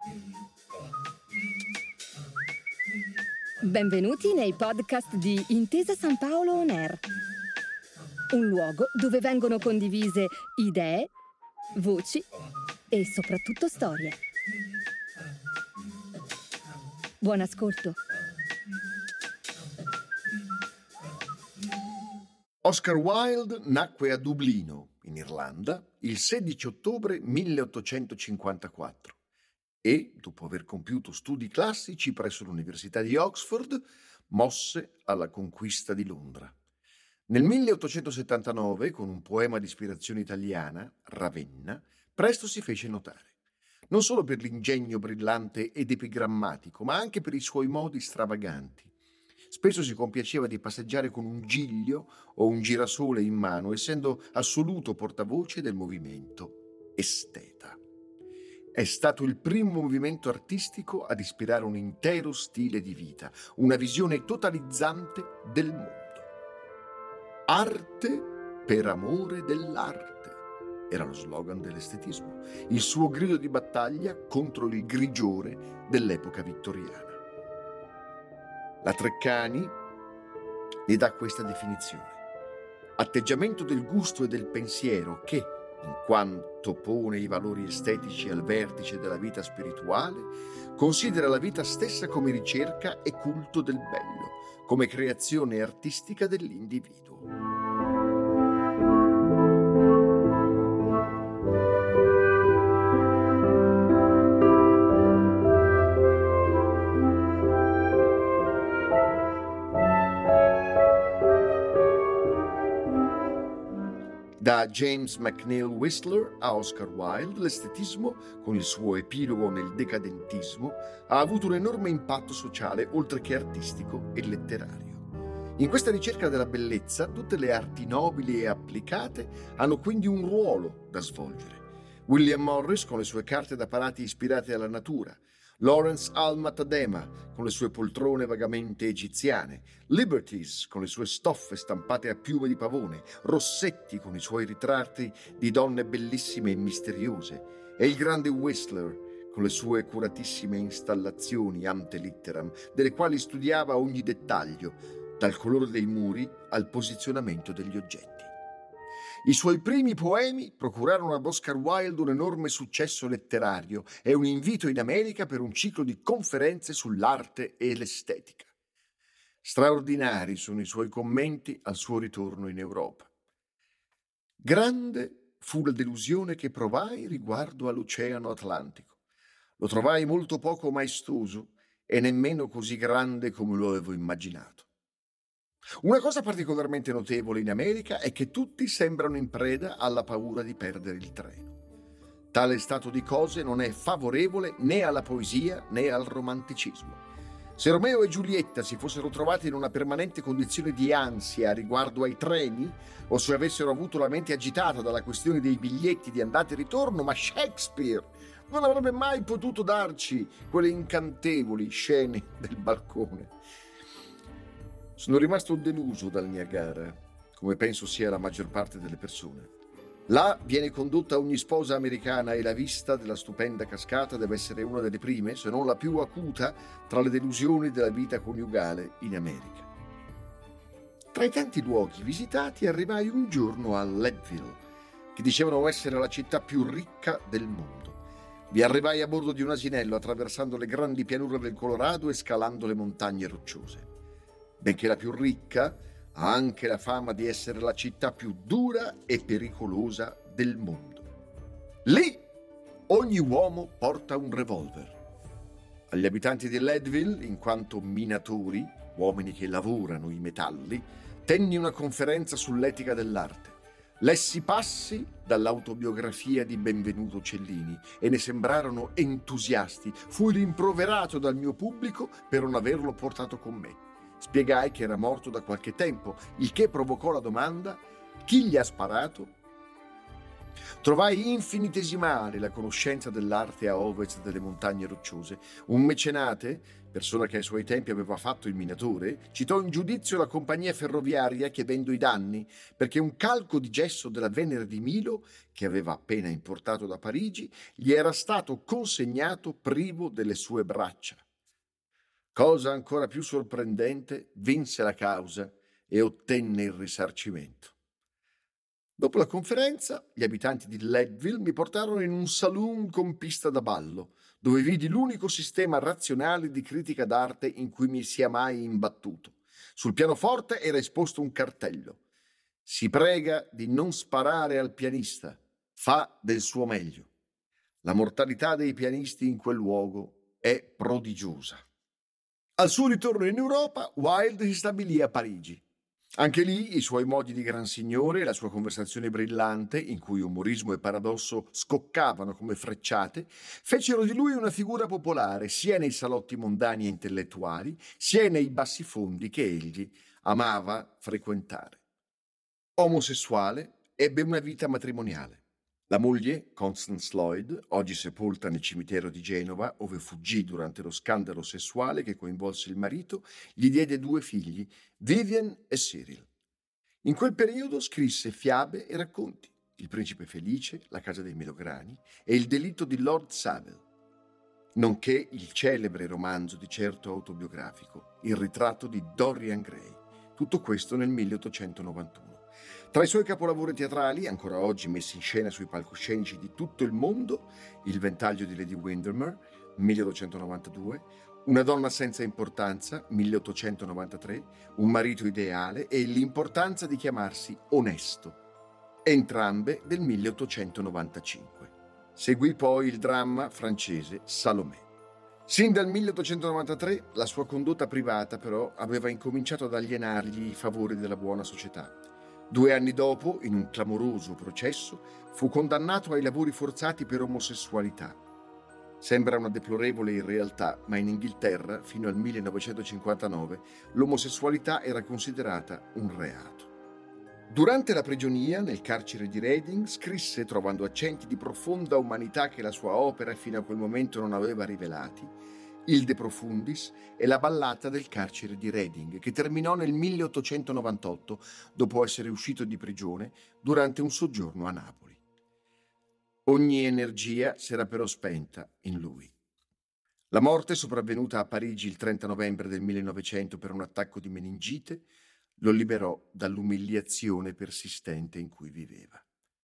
Benvenuti nei podcast di Intesa San Paolo On Air, un luogo dove vengono condivise idee, voci e soprattutto storie. Buon ascolto. Oscar Wilde nacque a Dublino, in Irlanda, il 16 ottobre 1854 e, dopo aver compiuto studi classici presso l'Università di Oxford, mosse alla conquista di Londra. Nel 1879, con un poema di ispirazione italiana, Ravenna, presto si fece notare, non solo per l'ingegno brillante ed epigrammatico, ma anche per i suoi modi stravaganti. Spesso si compiaceva di passeggiare con un giglio o un girasole in mano, essendo assoluto portavoce del movimento esteta. È stato il primo movimento artistico ad ispirare un intero stile di vita, una visione totalizzante del mondo. Arte per amore dell'arte era lo slogan dell'estetismo, il suo grido di battaglia contro il grigiore dell'epoca vittoriana. La Treccani ne dà questa definizione: atteggiamento del gusto e del pensiero che, in quanto pone i valori estetici al vertice della vita spirituale, considera la vita stessa come ricerca e culto del bello, come creazione artistica dell'individuo. Da James McNeill Whistler a Oscar Wilde, l'estetismo, con il suo epilogo nel decadentismo, ha avuto un enorme impatto sociale, oltre che artistico e letterario. In questa ricerca della bellezza, tutte le arti nobili e applicate hanno quindi un ruolo da svolgere. William Morris con le sue carte da parati ispirate alla natura, Lawrence Alma Tadema con le sue poltrone vagamente egiziane, Liberties con le sue stoffe stampate a piume di pavone, Rossetti con i suoi ritratti di donne bellissime e misteriose, e il grande Whistler con le sue curatissime installazioni ante litteram, delle quali studiava ogni dettaglio, dal colore dei muri al posizionamento degli oggetti. I suoi primi poemi procurarono ad Oscar Wilde un enorme successo letterario e un invito in America per un ciclo di conferenze sull'arte e l'estetica. Straordinari sono i suoi commenti al suo ritorno in Europa. Grande fu la delusione che provai riguardo all'Oceano Atlantico. Lo trovai molto poco maestoso e nemmeno così grande come lo avevo immaginato. Una cosa particolarmente notevole in America è che tutti sembrano in preda alla paura di perdere il treno. Tale stato di cose non è favorevole né alla poesia né al romanticismo. Se Romeo e Giulietta si fossero trovati in una permanente condizione di ansia riguardo ai treni, o se avessero avuto la mente agitata dalla questione dei biglietti di andata e ritorno, ma Shakespeare non avrebbe mai potuto darci quelle incantevoli scene del balcone. Sono rimasto deluso dal Niagara, come penso sia la maggior parte delle persone. Là viene condotta ogni sposa americana e la vista della stupenda cascata deve essere una delle prime, se non la più acuta, tra le delusioni della vita coniugale in America. Tra i tanti luoghi visitati arrivai un giorno a Leadville, che dicevano essere la città più ricca del mondo. Vi arrivai a bordo di un asinello attraversando le grandi pianure del Colorado e scalando le montagne rocciose. Benché la più ricca, ha anche la fama di essere la città più dura e pericolosa del mondo. Lì ogni uomo porta un revolver. Agli abitanti di Leadville, in quanto minatori, uomini che lavorano i metalli, tenni una conferenza sull'etica dell'arte. Lessi passi dall'autobiografia di Benvenuto Cellini e ne sembrarono entusiasti. Fui rimproverato dal mio pubblico per non averlo portato con me. Spiegai che era morto da qualche tempo, il che provocò la domanda: chi gli ha sparato? Trovai infinitesimale la conoscenza dell'arte a ovest delle montagne rocciose. Un mecenate, persona che ai suoi tempi aveva fatto il minatore, citò in giudizio la compagnia ferroviaria chiedendo i danni perché un calco di gesso della Venere di Milo, che aveva appena importato da Parigi, gli era stato consegnato privo delle sue braccia. Cosa ancora più sorprendente, vinse la causa e ottenne il risarcimento. Dopo la conferenza, gli abitanti di Leadville mi portarono in un saloon con pista da ballo, dove vidi l'unico sistema razionale di critica d'arte in cui mi sia mai imbattuto. Sul pianoforte era esposto un cartello. Si prega di non sparare al pianista, fa del suo meglio. La mortalità dei pianisti in quel luogo è prodigiosa. Al suo ritorno in Europa, Wilde si stabilì a Parigi. Anche lì i suoi modi di gran signore e la sua conversazione brillante, in cui umorismo e paradosso scoccavano come frecciate, fecero di lui una figura popolare sia nei salotti mondani e intellettuali, sia nei bassifondi che egli amava frequentare. Omosessuale, ebbe una vita matrimoniale. La moglie, Constance Lloyd, oggi sepolta nel cimitero di Genova, ove fuggì durante lo scandalo sessuale che coinvolse il marito, gli diede 2 figli, Vivian e Cyril. In quel periodo scrisse fiabe e racconti, Il principe felice, La casa dei melograni e Il delitto di Lord Savile, nonché il celebre romanzo di certo autobiografico, Il ritratto di Dorian Gray. Tutto questo nel 1891. Tra i suoi capolavori teatrali, ancora oggi messi in scena sui palcoscenici di tutto il mondo, Il ventaglio di Lady Windermere, 1892, Una donna senza importanza, 1893, Un marito ideale e L'importanza di chiamarsi onesto, entrambe del 1895. Seguì poi il dramma francese Salomé. Sin dal 1893 la sua condotta privata però aveva incominciato ad alienargli i favori della buona società. 2 anni dopo, in un clamoroso processo, fu condannato ai lavori forzati per omosessualità. Sembra una deplorevole irrealtà, ma in Inghilterra, fino al 1959, l'omosessualità era considerata un reato. Durante la prigionia, nel carcere di Reading, scrisse, trovando accenti di profonda umanità che la sua opera fino a quel momento non aveva rivelati, Il De Profundis e la ballata del carcere di Reading, che terminò nel 1898, dopo essere uscito di prigione durante un soggiorno a Napoli. Ogni energia s'era però spenta in lui. La morte, sopravvenuta a Parigi il 30 novembre del 1900 per un attacco di meningite, lo liberò dall'umiliazione persistente in cui viveva.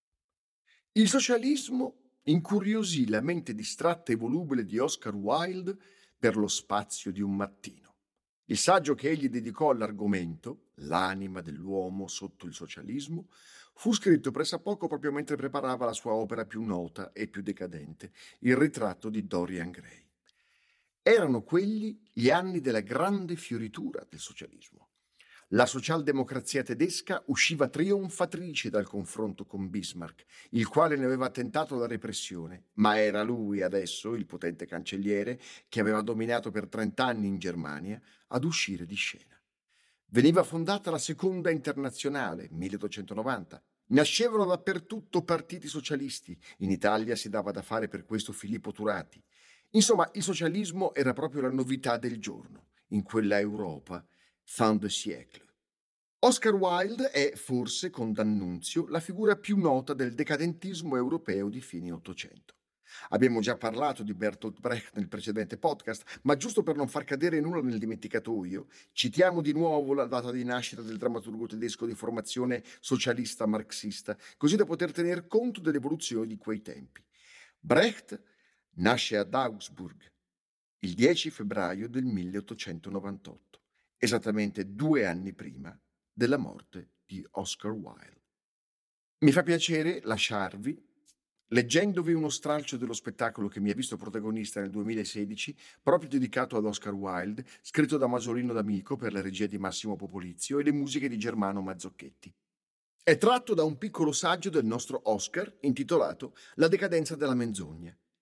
Il socialismo incuriosì la mente distratta e volubile di Oscar Wilde per lo spazio di un mattino. Il saggio che egli dedicò all'argomento, L'anima dell'uomo sotto il socialismo, fu scritto pressappoco proprio mentre preparava la sua opera più nota e più decadente, Il ritratto di Dorian Gray. Erano quelli gli anni della grande fioritura del socialismo. La socialdemocrazia tedesca usciva trionfatrice dal confronto con Bismarck, il quale ne aveva tentato la repressione, ma era lui adesso, il potente cancelliere, che aveva dominato per 30 anni in Germania, ad uscire di scena. Veniva fondata la Seconda Internazionale, 1890. Nascevano dappertutto partiti socialisti. In Italia si dava da fare per questo Filippo Turati. Insomma, il socialismo era proprio la novità del giorno, in quella Europa fin de siècle. Oscar Wilde è, forse con D'Annunzio, la figura più nota del decadentismo europeo di fine Ottocento. Abbiamo già parlato di Bertolt Brecht nel precedente podcast, ma giusto per non far cadere nulla nel dimenticatoio, citiamo di nuovo la data di nascita del drammaturgo tedesco di formazione socialista marxista, così da poter tener conto dell'evoluzione di quei tempi. Brecht nasce ad Augsburg il 10 febbraio del 1898, esattamente 2 anni prima della morte di Oscar Wilde. Mi fa piacere lasciarvi leggendovi uno stralcio dello spettacolo che mi ha visto protagonista nel 2016, proprio dedicato ad Oscar Wilde, scritto da Masolino D'Amico per la regia di Massimo Popolizio e le musiche di Germano Mazzocchetti. È tratto da un piccolo saggio del nostro Oscar intitolato La decadenza della menzogna.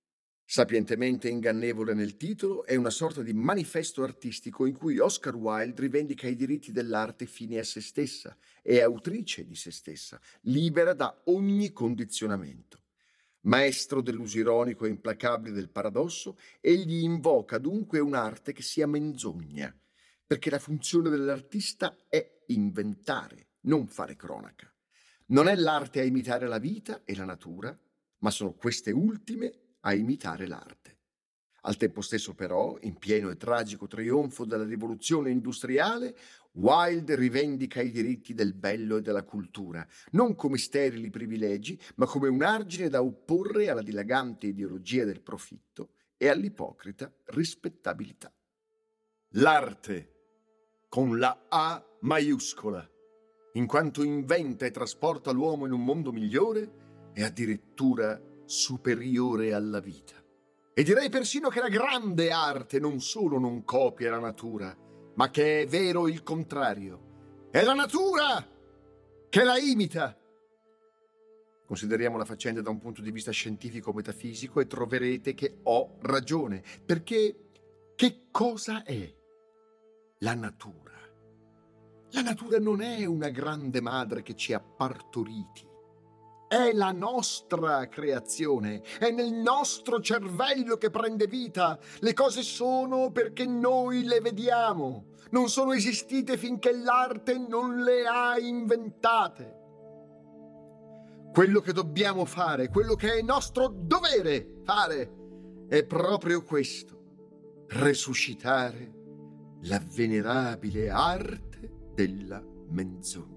Sapientemente ingannevole nel titolo, è una sorta di manifesto artistico in cui Oscar Wilde rivendica i diritti dell'arte fine a se stessa e autrice di se stessa, libera da ogni condizionamento. Maestro dell'usironico e implacabile del paradosso, egli invoca dunque un'arte che sia menzogna, perché la funzione dell'artista è inventare, non fare cronaca. Non è l'arte a imitare la vita e la natura, ma sono queste ultime a imitare l'arte. Al tempo stesso, però, in pieno e tragico trionfo della rivoluzione industriale, Wilde rivendica i diritti del bello e della cultura, non come sterili privilegi, ma come un argine da opporre alla dilagante ideologia del profitto e all'ipocrita rispettabilità. L'arte, con la A maiuscola, in quanto inventa e trasporta l'uomo in un mondo migliore, è addirittura superiore alla vita. E direi persino che la grande arte non solo non copia la natura, ma che è vero il contrario. È la natura che la imita. Consideriamo la faccenda da un punto di vista scientifico-metafisico e troverete che ho ragione, perché che cosa è la natura? La natura non è una grande madre che ci ha partoriti. È la nostra creazione, è nel nostro cervello che prende vita. Le cose sono perché noi le vediamo. Non sono esistite finché l'arte non le ha inventate. Quello che dobbiamo fare, quello che è nostro dovere fare, è proprio questo: resuscitare la venerabile arte della menzogna.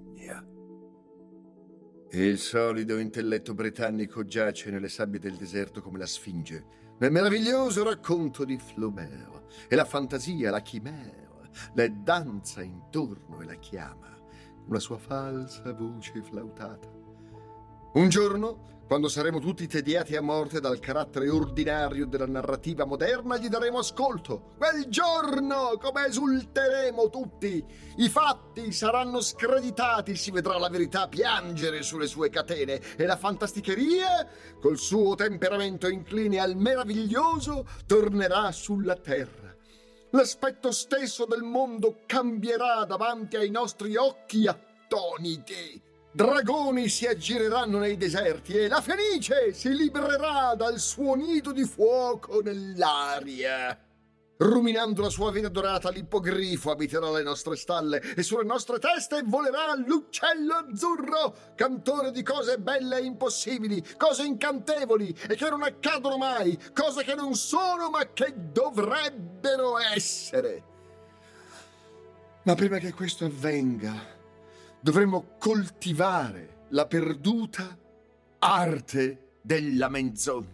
Il solido intelletto britannico giace nelle sabbie del deserto come la Sfinge, nel meraviglioso racconto di Flaubert, e la fantasia, la chimera, le danza intorno e la chiama, con la sua falsa voce flautata. Un giorno, quando saremo tutti tediati a morte dal carattere ordinario della narrativa moderna, gli daremo ascolto. Quel giorno, come esulteremo tutti! I fatti saranno screditati, si vedrà la verità piangere sulle sue catene e la fantasticheria, col suo temperamento incline al meraviglioso, tornerà sulla terra. L'aspetto stesso del mondo cambierà davanti ai nostri occhi attoniti. Dragoni si aggireranno nei deserti e la Fenice si libererà dal suo nido di fuoco nell'aria. Ruminando la sua vena dorata, l'ippogrifo abiterà le nostre stalle e sulle nostre teste volerà l'uccello azzurro, cantore di cose belle e impossibili, cose incantevoli e che non accadono mai, cose che non sono ma che dovrebbero essere. Ma prima che questo avvenga, dovremmo coltivare la perduta arte della menzogna.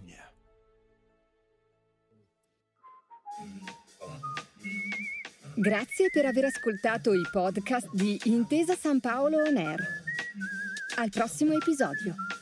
Grazie per aver ascoltato i podcast di Intesa San Paolo On Air. Al prossimo episodio.